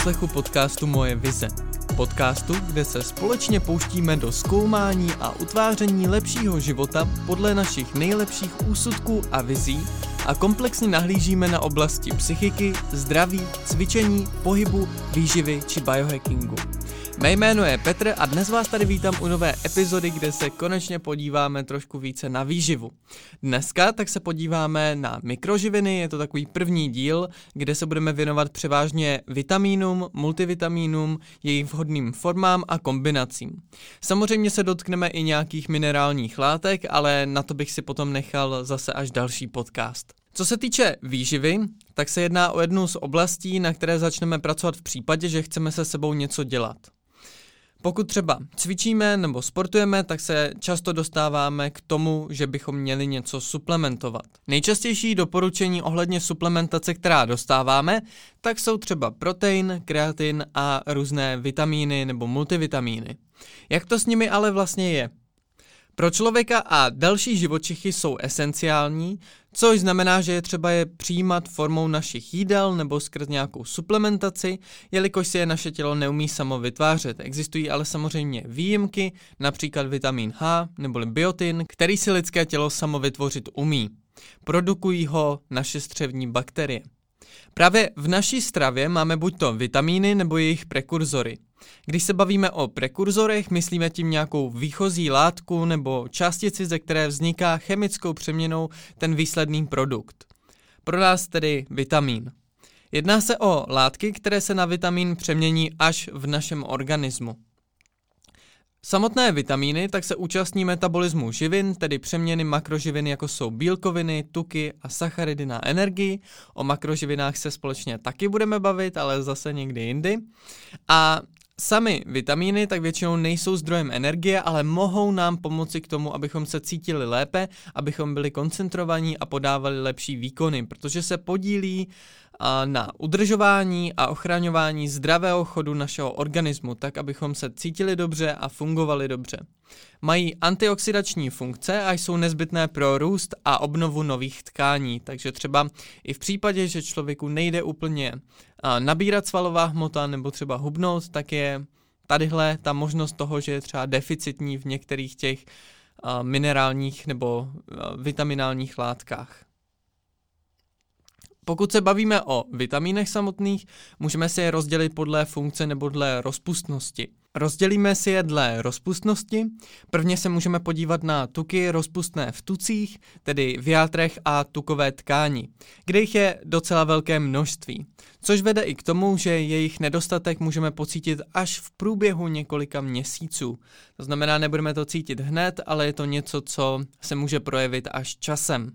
poslechu podcastu Moje vize. Podcastu, kde se společně pouštíme do zkoumání a utváření lepšího života podle našich nejlepších úsudků a vizí a komplexně nahlížíme na oblasti psychiky, zdraví, cvičení, pohybu, výživy či biohackingu. Mé jméno je Petr a dnes vás tady vítám u nové epizody, kde se konečně podíváme trošku více na výživu. Dneska tak se podíváme na mikroživiny, je to takový první díl, kde se budeme věnovat převážně vitamínům, multivitamínům, jejich vhodným formám a kombinacím. Samozřejmě se dotkneme i nějakých minerálních látek, ale na to bych si potom nechal zase až další podcast. Co se týče výživy, tak se jedná o jednu z oblastí, na které začneme pracovat v případě, že chceme se sebou něco dělat. Pokud třeba cvičíme nebo sportujeme, tak se často dostáváme k tomu, že bychom měli něco suplementovat. Nejčastější doporučení ohledně suplementace, která dostáváme, tak jsou třeba protein, kreatin a různé vitamíny nebo multivitamíny. Jak to s nimi ale vlastně je? Pro člověka a další živočichy jsou esenciální, což znamená, že je třeba je přijímat formou našich jídel nebo skrz nějakou suplementaci, jelikož si je naše tělo neumí samo vytvářet. Existují ale samozřejmě výjimky, například vitamin H nebo biotin, který si lidské tělo samo vytvořit umí. Produkují ho naše střevní bakterie. Právě v naší stravě máme buď to vitamíny nebo jejich prekurzory. Když se bavíme o prekurzorech, myslíme tím nějakou výchozí látku nebo částici, ze které vzniká chemickou přeměnou ten výsledný produkt. Pro nás tedy vitamín. Jedná se o látky, které se na vitamin přemění až v našem organismu. Samotné vitamíny tak se účastní metabolismu živin, tedy přeměny makroživin, jako jsou bílkoviny, tuky a sacharidy na energii. O makroživinách se společně taky budeme bavit, ale zase někdy jindy. A sami vitamíny tak většinou nejsou zdrojem energie, ale mohou nám pomoci k tomu, abychom se cítili lépe, abychom byli koncentrovaní a podávali lepší výkony, protože se podílí na udržování a ochraňování zdravého chodu našeho organismu, tak abychom se cítili dobře a fungovali dobře. Mají antioxidační funkce a jsou nezbytné pro růst a obnovu nových tkání, takže třeba i v případě, že člověku nejde úplně nabírat svalová hmota nebo třeba hubnout, tak je tadyhle ta možnost toho, že je třeba deficitní v některých těch minerálních nebo vitaminálních látkách. Pokud se bavíme o vitamínech samotných, můžeme si je rozdělit podle funkce nebo dle rozpustnosti. Rozdělíme si je dle rozpustnosti. Prvně se můžeme podívat na tuky rozpustné v tucích, tedy v játrech a tukové tkáni, kde jich je docela velké množství, což vede i k tomu, že jejich nedostatek můžeme pocítit až v průběhu několika měsíců. To znamená, nebudeme to cítit hned, ale je to něco, co se může projevit až časem.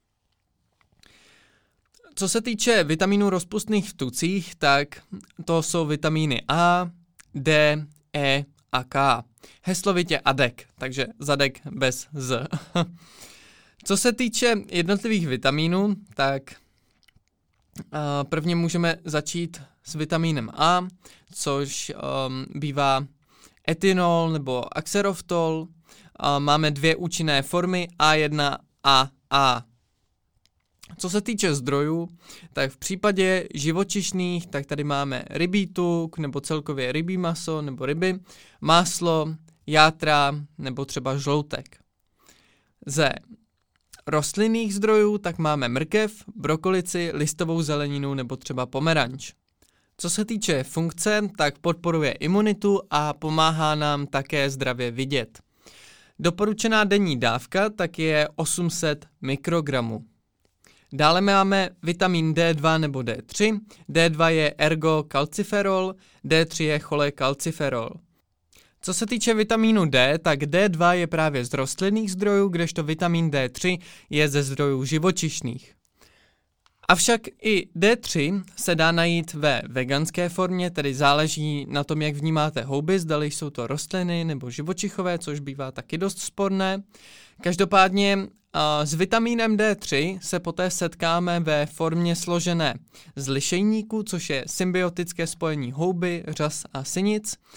Co se týče vitamínů rozpustných v tucích, tak to jsou vitamíny A, D, E a K. Heslovitě ADEK, takže zadek bez Z. Co se týče jednotlivých vitamínů, tak prvně můžeme začít s vitamínem A, což bývá etynol nebo axeroftol. Máme dvě účinné formy A1 a A. Co se týče zdrojů, tak v případě živočišných, tak tady máme rybí tuk, nebo celkově rybí maso, nebo ryby, máslo, játra, nebo třeba žloutek. Ze rostlinných zdrojů tak máme mrkev, brokolici, listovou zeleninu, nebo třeba pomeranč. Co se týče funkce, tak podporuje imunitu a pomáhá nám také zdravě vidět. Doporučená denní dávka tak je 800 mikrogramů. Dále máme vitamin D2 nebo D3. D2 je ergokalciferol, D3 je cholekalciferol. Co se týče vitamínu D, tak D2 je právě z rostlinných zdrojů, kdežto vitamin D3 je ze zdrojů živočišných. Avšak i D3 se dá najít ve veganské formě, tedy záleží na tom, jak vnímáte houby, zdali jsou to rostliny nebo živočichové, což bývá taky dost sporné. Každopádně s vitamínem D3 se poté setkáme ve formě složené z lišejníku, což je symbiotické spojení houby, řas a sinic,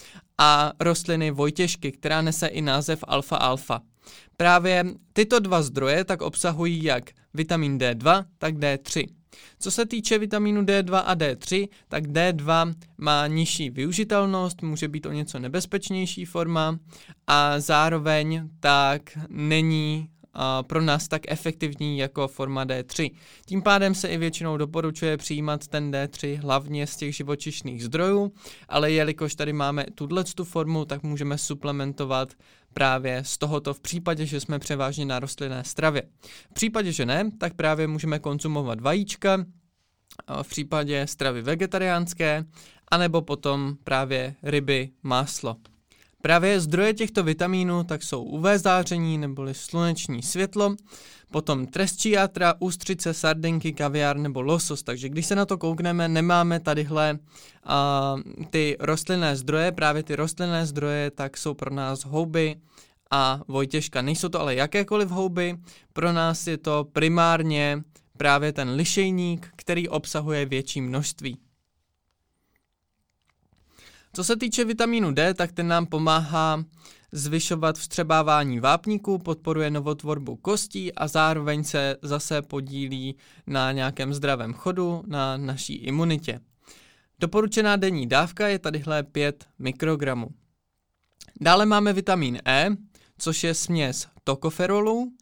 a rostliny vojtěžky, která nese i název alfa-alfa. Právě tyto dva zdroje tak obsahují jak vitamin D2, tak D3. Co se týče vitamínu D2 a D3, tak D2 má nižší využitelnost, může být o něco nebezpečnější forma a zároveň tak není pro nás tak efektivní jako forma D3. Tím pádem se i většinou doporučuje přijímat ten D3 hlavně z těch živočišných zdrojů, ale jelikož tady máme tuto formu, tak můžeme suplementovat právě z tohoto v případě, že jsme převážně na rostlinné stravě. V případě, že ne, tak právě můžeme konzumovat vajíčka, v případě stravy vegetariánské, anebo potom právě ryby, máslo. Právě zdroje těchto vitamínů tak jsou UV záření neboli sluneční světlo, potom trestčí játra, ústřice, sardinky, kaviár nebo losos. Takže když se na to koukneme, nemáme tadyhle ty rostlinné zdroje, právě ty rostlinné zdroje tak jsou pro nás houby a vojtěžka. Nejsou to ale jakékoliv houby, pro nás je to primárně právě ten lišejník, který obsahuje větší množství. Co se týče vitamínu D, tak ten nám pomáhá zvyšovat vstřebávání vápníku, podporuje novotvorbu kostí a zároveň se zase podílí na nějakém zdravém chodu, na naší imunitě. Doporučená denní dávka je tadyhle 5 mikrogramů. Dále máme vitamin E, což je směs tokoferolů.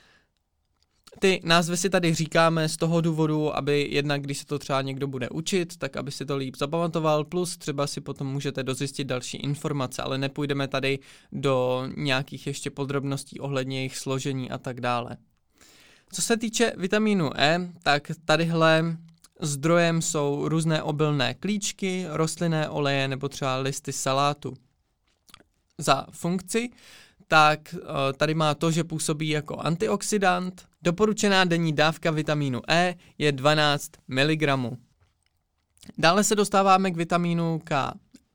Ty názvy si tady říkáme z toho důvodu, aby jednak, když se to třeba někdo bude učit, tak aby si to líp zapamatoval, plus třeba si potom můžete dozjistit další informace, ale nepůjdeme tady do nějakých ještě podrobností ohledně jejich složení a tak dále. Co se týče vitamínu E, tak tadyhle zdrojem jsou různé obilné klíčky, rostlinné oleje nebo třeba listy salátu. Za funkci tak tady má to, že působí jako antioxidant. Doporučená denní dávka vitamínu E je 12 mg. Dále se dostáváme k vitamínu K.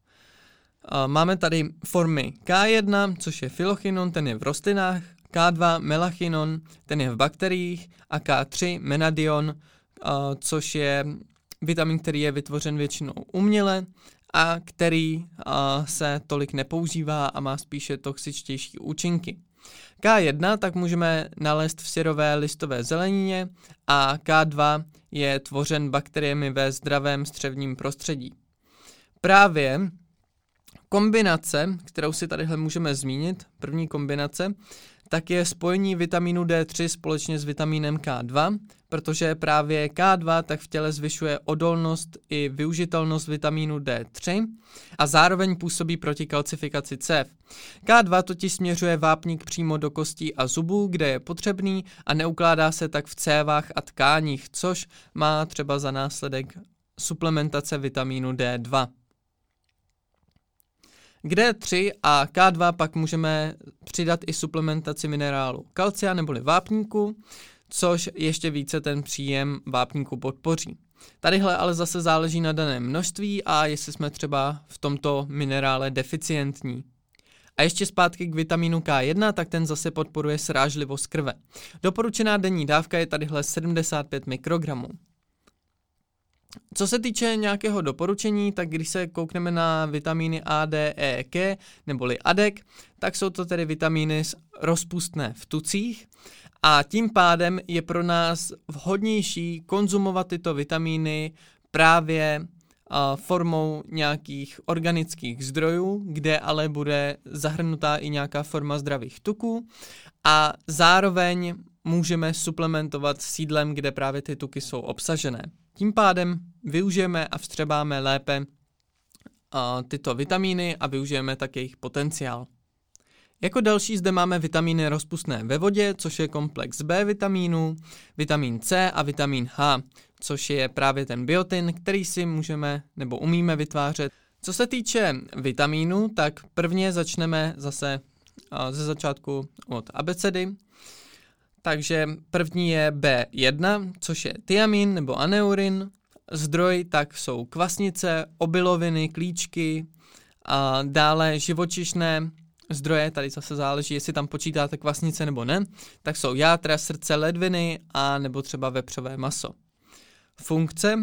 Máme tady formy K1, což je filochinon, ten je v rostlinách, K2 melachinon, ten je v bakteriích a K3 menadion, což je vitamin, který je vytvořen většinou uměle a který se tolik nepoužívá a má spíše toxičtější účinky. K1 tak můžeme nalézt v syrové listové zelenině a K2 je tvořen bakteriemi ve zdravém střevním prostředí. Právě kombinace, kterou si tadyhle můžeme zmínit, první kombinace, tak je spojení vitamínu D3 společně s vitamínem K2, protože právě K2 tak v těle zvyšuje odolnost i využitelnost vitamínu D3 a zároveň působí proti kalcifikaci cév. K2 totiž směřuje vápník přímo do kostí a zubů, kde je potřebný a neukládá se tak v cévách a tkáních, což má třeba za následek suplementace vitamínu D2. K D3 a K2 pak můžeme přidat i suplementaci minerálu kalcia neboli vápníku, což ještě více ten příjem vápníku podpoří. Tadyhle ale zase záleží na daném množství a jestli jsme třeba v tomto minerále deficientní. A ještě zpátky k vitamínu K1, tak ten zase podporuje srážlivost krve. Doporučená denní dávka je tadyhle 75 mikrogramů. Co se týče nějakého doporučení, tak když se koukneme na vitamíny A, D, E, K neboli ADEK, tak jsou to tedy vitamíny rozpustné v tucích a tím pádem je pro nás vhodnější konzumovat tyto vitamíny právě formou nějakých organických zdrojů, kde ale bude zahrnutá i nějaká forma zdravých tuků a zároveň můžeme suplementovat s jídlem, kde právě ty tuky jsou obsažené. Tím pádem využijeme a vstřebáme lépe tyto vitamíny a využijeme tak jejich potenciál. Jako další zde máme vitamíny rozpustné ve vodě, což je komplex B vitamínů, vitamin C a vitamin H, což je právě ten biotin, který si můžeme nebo umíme vytvářet. Co se týče vitamínů, tak prvně začneme zase ze začátku od abecedy. Takže první je B1, což je thiamin nebo aneurin. Zdroj tak jsou kvasnice, obiloviny, klíčky a dále živočišné zdroje, tady zase záleží, jestli tam počítáte kvasnice nebo ne, tak jsou játra, srdce, ledviny a nebo třeba vepřové maso. Funkce,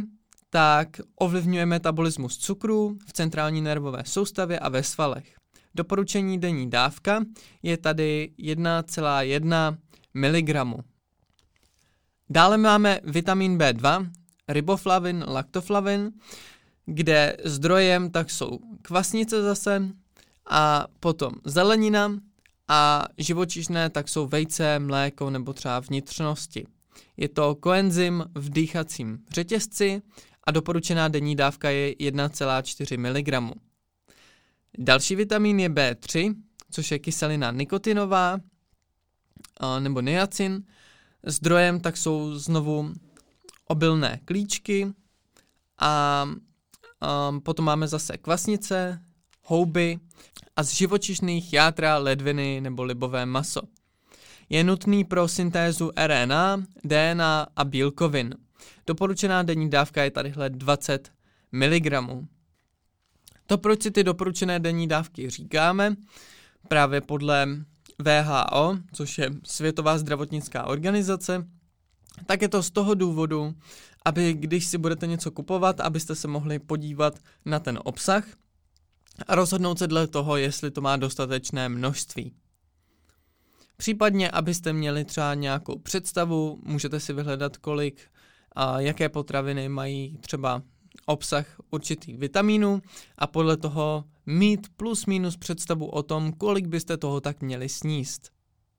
tak ovlivňuje metabolismus cukru v centrální nervové soustavě a ve svalech. Doporučení denní dávka je tady 1,1 mg. Dále máme vitamin B2, riboflavin, laktoflavin, kde zdrojem tak jsou kvasnice zase a potom zelenina a živočišné tak jsou vejce, mléko nebo třeba vnitřnosti. Je to koenzym v dýchacím řetězci a doporučená denní dávka je 1,4 mg. Další vitamin je B3, což je kyselina nikotinová nebo niacin. Zdrojem tak jsou znovu obilné klíčky a potom máme zase kvasnice, houby a z živočišných játra, ledviny nebo libové maso. Je nutný pro syntézu RNA, DNA a bílkovin. Doporučená denní dávka je tadyhle 20 mg. To, proč si ty doporučené denní dávky říkáme, právě podle WHO, což je Světová zdravotnická organizace, tak je to z toho důvodu, aby když si budete něco kupovat, abyste se mohli podívat na ten obsah a rozhodnout se dle toho, jestli to má dostatečné množství. Případně, abyste měli třeba nějakou představu, můžete si vyhledat, kolik a jaké potraviny mají třeba obsah určitých vitamínů a podle toho mít plus minus představu o tom, kolik byste toho tak měli sníst.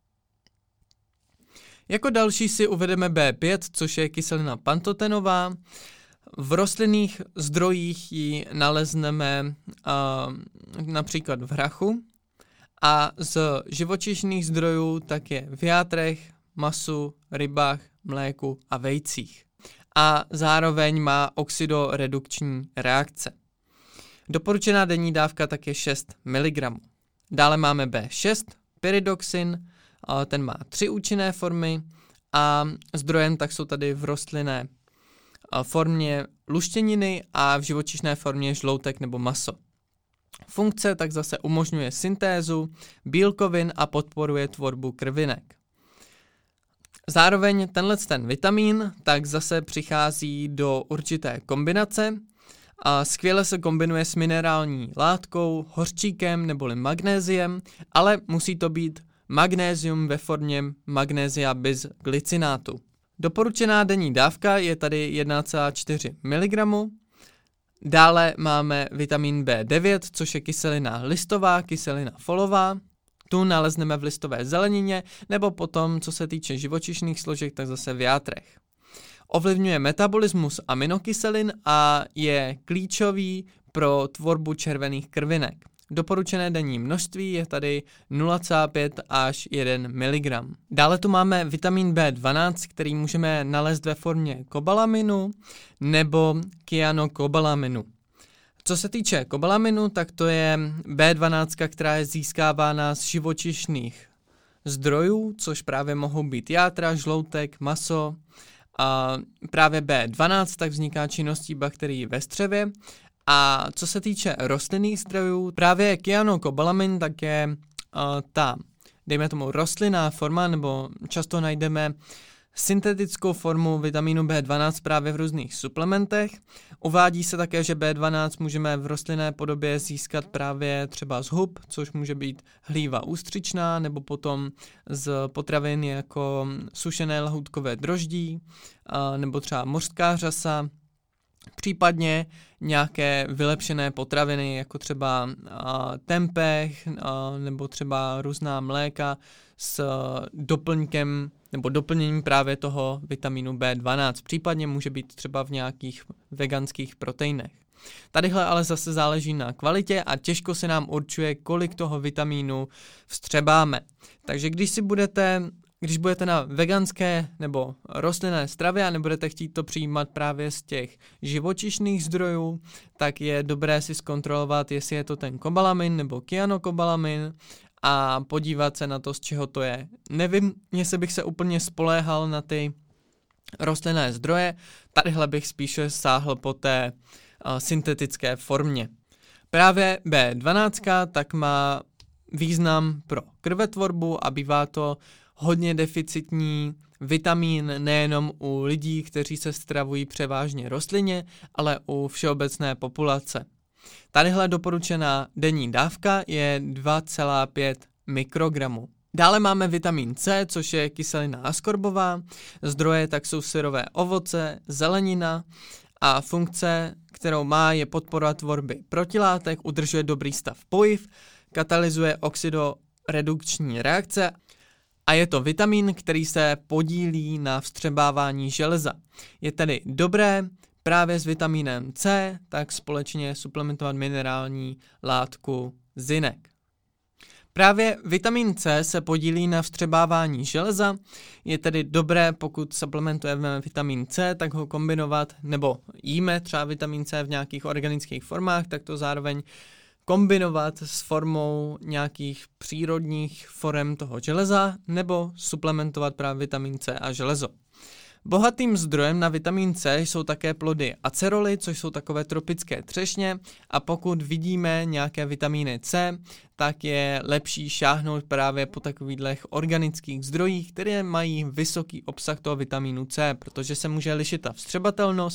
Jako další si uvedeme B5, což je kyselina pantotenová. V rostlinných zdrojích ji nalezneme například v hrachu a z živočišných zdrojů tak je v játrech, masu, rybách, mléku a vejcích. A zároveň má oxidoredukční reakce. Doporučená denní dávka tak je 6 mg. Dále máme B6, pyridoxin, ten má 3 účinné formy a zdrojem tak jsou tady v rostlinné formě luštěniny a v živočišné formě žloutek nebo maso. Funkce tak zase umožňuje syntézu bílkovin a podporuje tvorbu krvinek. Zároveň ten vitamin tak zase přichází do určité kombinace a skvěle se kombinuje s minerální látkou, hořčíkem neboli magnéziem, ale musí to být magnézium ve formě magnézia bisglycinátu. Doporučená denní dávka je tady 1,4 mg. Dále máme vitamin B9, což je kyselina listová, kyselina folová. Tu nalezneme v listové zelenině, nebo potom, co se týče živočišných složek, tak zase v játrech. Ovlivňuje metabolismus aminokyselin a je klíčový pro tvorbu červených krvinek. Doporučené denní množství je tady 0,5 až 1 mg. Dále tu máme vitamin B12, který můžeme nalézt ve formě kobalaminu nebo kyanokobalaminu. Co se týče kobalaminu, tak to je B12, která je získávána z živočišných zdrojů, což právě mohou být játra, žloutek, maso. A právě B12 tak vzniká činností bakterií ve střevě. A co se týče rostlinných zdrojů, právě kyanokobalamin tak je ta, dejme tomu, rostlinná forma, nebo často najdeme syntetickou formu vitamínu B12 právě v různých suplementech. Uvádí se také, že B12 můžeme v rostlinné podobě získat právě třeba z hub, což může být hlíva ústřičná, nebo potom z potravin jako sušené lahůdkové droždí, nebo třeba mořská řasa, případně nějaké vylepšené potraviny, jako třeba tempeh, nebo třeba různá mléka s doplňkem nebo doplněním právě toho vitamínu B12. Případně může být třeba v nějakých veganských proteinech. Tadyhle ale zase záleží na kvalitě a těžko se nám určuje, kolik toho vitamínu vstřebáme. Takže když budete na veganské nebo rostlinné stravě a nebudete chtít to přijímat právě z těch živočišných zdrojů, tak je dobré si zkontrolovat, jestli je to ten kobalamin nebo kyanokobalamin a podívat se na to, z čeho to je. Nevím, jestli bych se úplně spoléhal na ty rostlinné zdroje, tadyhle bych spíše sáhl po té syntetické formě. Právě B12 tak má význam pro krvetvorbu a bývá to hodně deficitní vitamín nejenom u lidí, kteří se stravují převážně rostlinně, ale u všeobecné populace. Tadyhle doporučená denní dávka je 2,5 mikrogramů. Dále máme vitamin C, což je kyselina askorbová, zdroje tak jsou syrové ovoce, zelenina a funkce, kterou má, je podpora tvorby protilátek, udržuje dobrý stav pojiv, katalyzuje oxidoredukční reakce a je to vitamin, který se podílí na vstřebávání železa. Je tedy dobré právě s vitaminem C tak společně suplementovat minerální látku zinek. Právě vitamin C se podílí na vstřebávání železa, je tedy dobré, pokud suplementujeme vitamin C, tak ho kombinovat, nebo jíme třeba vitamin C v nějakých organických formách, tak to zároveň kombinovat s formou nějakých přírodních forem toho železa, nebo suplementovat právě vitamin C a železo. Bohatým zdrojem na vitamin C jsou také plody aceroly, což jsou takové tropické třešně, a pokud vidíme nějaké vitamíny C, tak je lepší šáhnout právě po takových organických zdrojích, které mají vysoký obsah toho vitamínu C, protože se může lišit ta vstřebatelnost.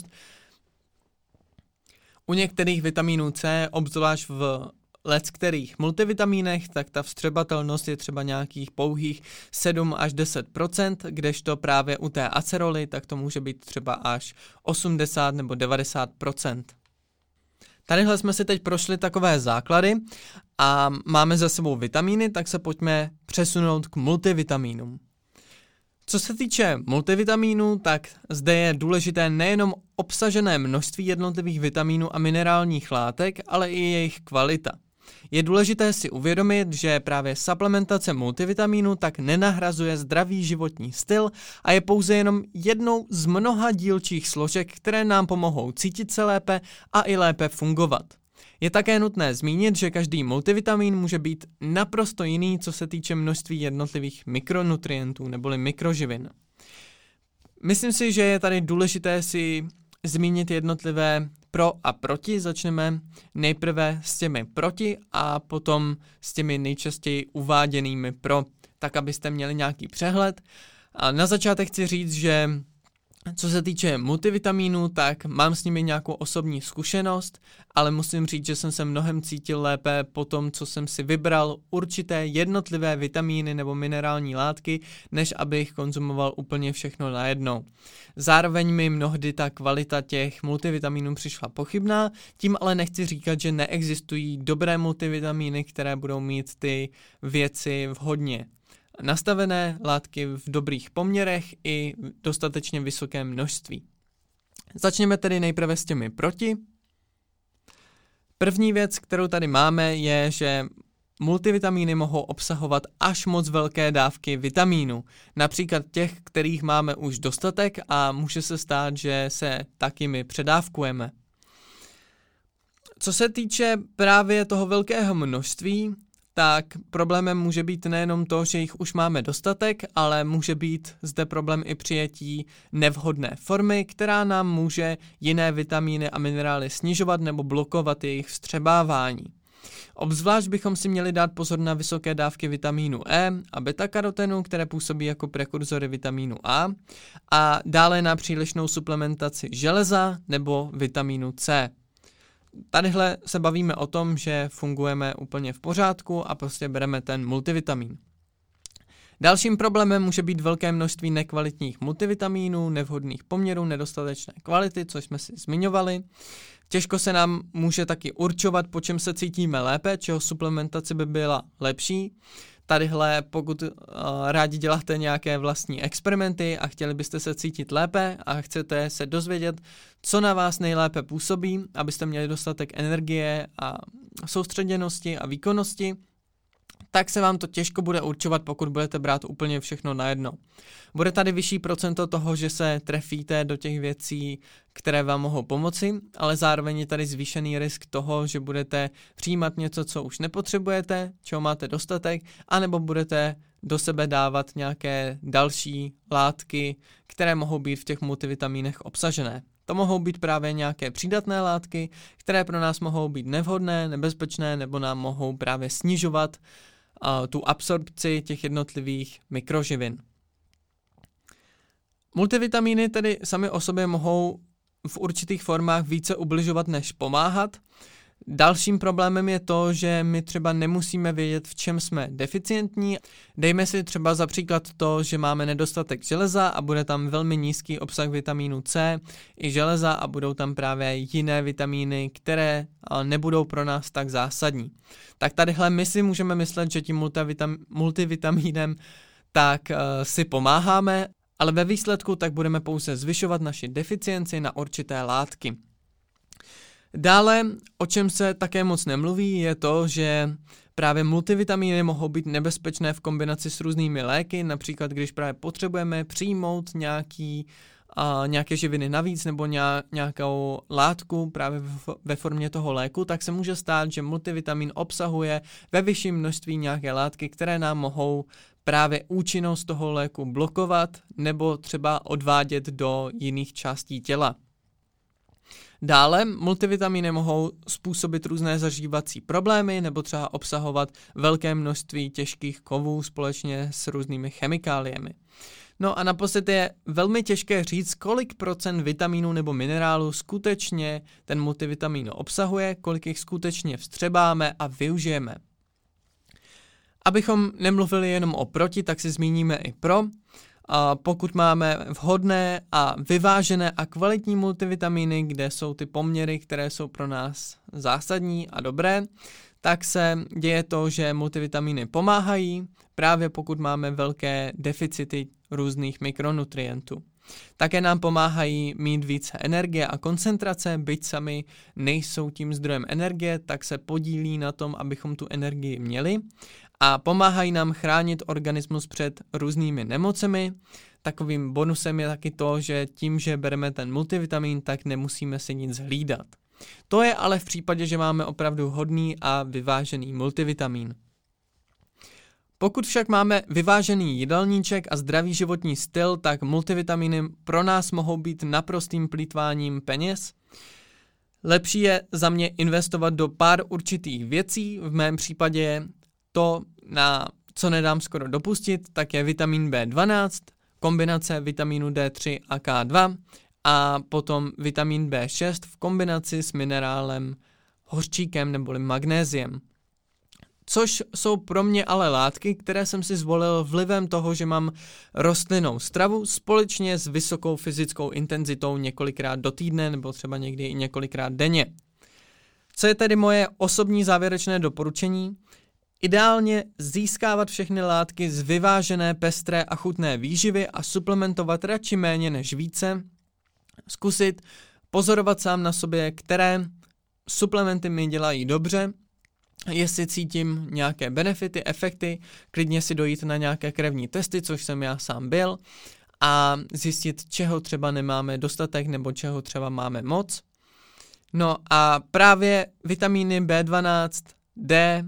U některých vitamínů C, obzvlášť v leckterých multivitamínech, tak ta vstřebatelnost je třeba nějakých pouhých 7 až 10%, kdežto právě u té aceroly, tak to může být třeba až 80 nebo 90%. Tadyhle jsme si teď prošli takové základy a máme za sebou vitamíny, tak se pojďme přesunout k multivitamínům. Co se týče multivitamínů, tak zde je důležité nejenom obsažené množství jednotlivých vitamínů a minerálních látek, ale i jejich kvalita. Je důležité si uvědomit, že právě suplementace multivitamínů tak nenahrazuje zdravý životní styl a je pouze jenom jednou z mnoha dílčích složek, které nám pomohou cítit se lépe a i lépe fungovat. Je také nutné zmínit, že každý multivitamin může být naprosto jiný, co se týče množství jednotlivých mikronutrientů neboli mikroživin. Myslím si, že je tady důležité si zmínit jednotlivé pro a proti. Začneme nejprve s těmi proti a potom s těmi nejčastěji uváděnými pro, tak abyste měli nějaký přehled. A na začátek chci říct, že co se týče multivitamínů, tak mám s nimi nějakou osobní zkušenost, ale musím říct, že jsem se mnohem cítil lépe po tom, co jsem si vybral určité jednotlivé vitamíny nebo minerální látky, než abych konzumoval úplně všechno najednou. Zároveň mi mnohdy ta kvalita těch multivitamínů přišla pochybná, tím ale nechci říkat, že neexistují dobré multivitamíny, které budou mít ty věci vhodně nastavené, látky v dobrých poměrech i v dostatečně vysokém množství. Začněme tedy nejprve s těmi proti. První věc, kterou tady máme, je, že multivitamíny mohou obsahovat až moc velké dávky vitamínu, například těch, kterých máme už dostatek a může se stát, že se takými předávkujeme. Co se týče právě toho velkého množství, tak problémem může být nejenom to, že jich už máme dostatek, ale může být zde problém i přijetí nevhodné formy, která nám může jiné vitamíny a minerály snižovat nebo blokovat jejich vstřebávání. Obzvlášť bychom si měli dát pozor na vysoké dávky vitamínu E a beta-karotenu, které působí jako prekurzory vitamínu a dále na přílišnou suplementaci železa nebo vitamínu C. Tadyhle se bavíme o tom, že fungujeme úplně v pořádku a prostě bereme ten multivitamin. Dalším problémem může být velké množství nekvalitních multivitamínů, nevhodných poměrů, nedostatečné kvality, což jsme si zmiňovali. Těžko se nám může taky určovat, po čem se cítíme lépe, čeho suplementace by byla lepší. Tadyhle, pokud rádi děláte nějaké vlastní experimenty a chtěli byste se cítit lépe a chcete se dozvědět, co na vás nejlépe působí, abyste měli dostatek energie a soustředěnosti a výkonnosti, tak se vám to těžko bude určovat, pokud budete brát úplně všechno najednou. Bude tady vyšší procento toho, že se trefíte do těch věcí, které vám mohou pomoci, ale zároveň je tady zvýšený risk toho, že budete přijímat něco, co už nepotřebujete, čeho máte dostatek, anebo budete do sebe dávat nějaké další látky, které mohou být v těch multivitamínech obsažené. To mohou být právě nějaké přídatné látky, které pro nás mohou být nevhodné, nebezpečné, nebo nám mohou právě snižovat tu absorpci těch jednotlivých mikroživin. Multivitamíny tedy sami o sobě mohou v určitých formách více ubližovat než pomáhat. Dalším problémem je to, že my třeba nemusíme vědět, v čem jsme deficientní. Dejme si třeba za příklad to, že máme nedostatek železa a bude tam velmi nízký obsah vitamínu C i železa a budou tam právě jiné vitamíny, které nebudou pro nás tak zásadní. Tak tadyhle my si můžeme myslet, že tím multivitamínem tak si pomáháme, ale ve výsledku tak budeme pouze zvyšovat naši deficienci na určité látky. Dále, o čem se také moc nemluví, je to, že právě multivitamíny mohou být nebezpečné v kombinaci s různými léky, například když právě potřebujeme přijmout nějaké živiny navíc nebo nějakou látku právě ve formě toho léku, tak se může stát, že multivitamin obsahuje ve vyšším množství nějaké látky, které nám mohou právě účinnost toho léku blokovat nebo třeba odvádět do jiných částí těla. Dále multivitamíny mohou způsobit různé zažívací problémy nebo třeba obsahovat velké množství těžkých kovů společně s různými chemikáliemi. No a naposled je velmi těžké říct, kolik procent vitamínů nebo minerálů skutečně ten multivitamin obsahuje, kolik jich skutečně vstřebáme a využijeme. Abychom nemluvili jenom o proti, tak si zmíníme i pro. A pokud máme vhodné a vyvážené a kvalitní multivitamíny, kde jsou ty poměry, které jsou pro nás zásadní a dobré, tak se děje to, že multivitamíny pomáhají, právě pokud máme velké deficity různých mikronutrientů. Také nám pomáhají mít více energie a koncentrace, byť sami nejsou tím zdrojem energie, tak se podílí na tom, abychom tu energii měli a pomáhají nám chránit organismus před různými nemocemi. Takovým bonusem je taky to, že tím, že bereme ten multivitamin, tak nemusíme si nic hlídat. To je ale v případě, že máme opravdu hodný a vyvážený multivitamin. Pokud však máme vyvážený jídelníček a zdravý životní styl, tak multivitamíny pro nás mohou být naprostým plýtváním peněz. Lepší je za mě investovat do pár určitých věcí, v mém případě to, na co nedám skoro dopustit, tak je vitamin B12, kombinace vitamínu D3 a K2 a potom vitamin B6 v kombinaci s minerálem hořčíkem neboli magnéziem. Což jsou pro mě ale látky, které jsem si zvolil vlivem toho, že mám rostlinnou stravu společně s vysokou fyzickou intenzitou několikrát do týdne nebo třeba někdy i několikrát denně. Co je tedy moje osobní závěrečné doporučení? Ideálně získávat všechny látky z vyvážené, pestré a chutné výživy a suplementovat radši méně než více. Zkusit pozorovat sám na sobě, které suplementy mi dělají dobře, jestli cítím nějaké benefity, efekty, klidně si dojít na nějaké krevní testy, což jsem já sám byl, a zjistit, čeho třeba nemáme dostatek nebo čeho třeba máme moc. No a právě vitamíny B12, D,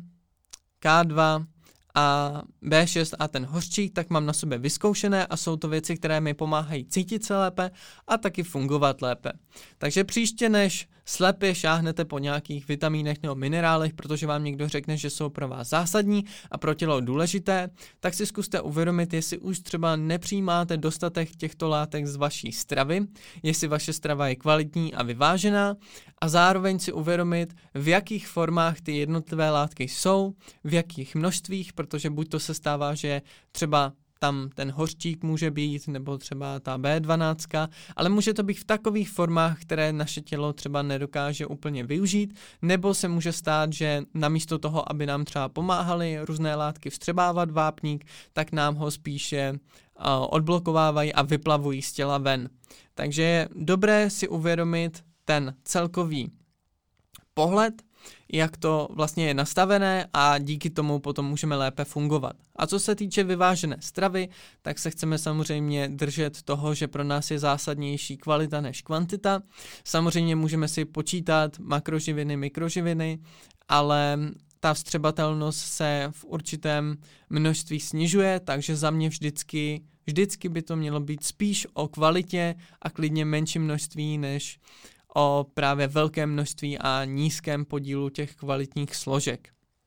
K2 a B6 a ten hořčík, tak mám na sobě vyzkoušené a jsou to věci, které mi pomáhají cítit se lépe a taky fungovat lépe. Takže příště, než slepě šáhnete po nějakých vitamínech nebo minerálech, protože vám někdo řekne, že jsou pro vás zásadní a pro tělo důležité, tak si zkuste uvědomit, jestli už třeba nepřijímáte dostatek těchto látek z vaší stravy, jestli vaše strava je kvalitní a vyvážená a zároveň si uvědomit, v jakých formách ty jednotlivé látky jsou, v jakých množstvích, protože buď to se stává, že třeba tam ten hořčík může být, nebo třeba ta B12, ale může to být v takových formách, které naše tělo třeba nedokáže úplně využít, nebo se může stát, že namísto toho, aby nám třeba pomáhaly různé látky vstřebávat vápník, tak nám ho spíše odblokovávají a vyplavují z těla ven. Takže je dobré si uvědomit ten celkový pohled, jak to vlastně je nastavené a díky tomu potom můžeme lépe fungovat. A co se týče vyvážené stravy, tak se chceme samozřejmě držet toho, že pro nás je zásadnější kvalita než kvantita. Samozřejmě můžeme si počítat makroživiny, mikroživiny, ale ta vstřebatelnost se v určitém množství snižuje, takže za mě vždycky by to mělo být spíš o kvalitě a klidně menším množství než o právě velkém množství a nízkém podílu těch kvalitních složek.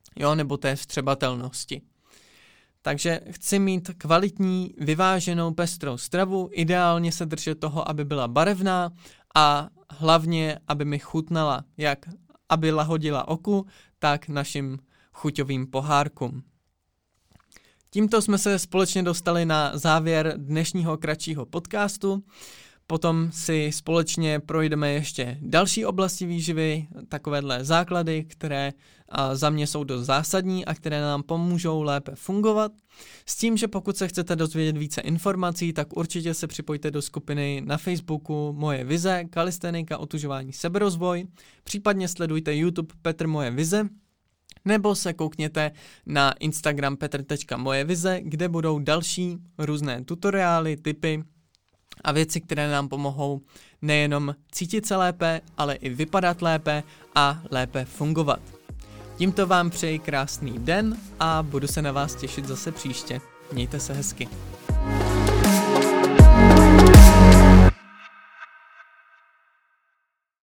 nebo té vstřebatelnosti. Takže chci mít kvalitní, vyváženou, pestrou stravu, ideálně se držet toho, aby byla barevná a hlavně, aby mi chutnala, jak aby lahodila oku, tak našim chuťovým pohárkům. Tímto jsme se společně dostali na závěr dnešního kratšího podcastu. Potom si společně projdeme ještě další oblasti výživy, takovéhle základy, které za mě jsou dost zásadní a které nám pomůžou lépe fungovat. S tím, že pokud se chcete dozvědět více informací, tak určitě se připojte do skupiny na Facebooku Moje vize, kalistenika, otužování, seberozvoj, případně sledujte YouTube Petr Moje vize, nebo se koukněte na Instagram petr.mojevize, kde budou další různé tutoriály, tipy a věci, které nám pomohou nejenom cítit se lépe, ale i vypadat lépe a lépe fungovat. Tímto vám přeji krásný den a budu se na vás těšit zase příště. Mějte se hezky.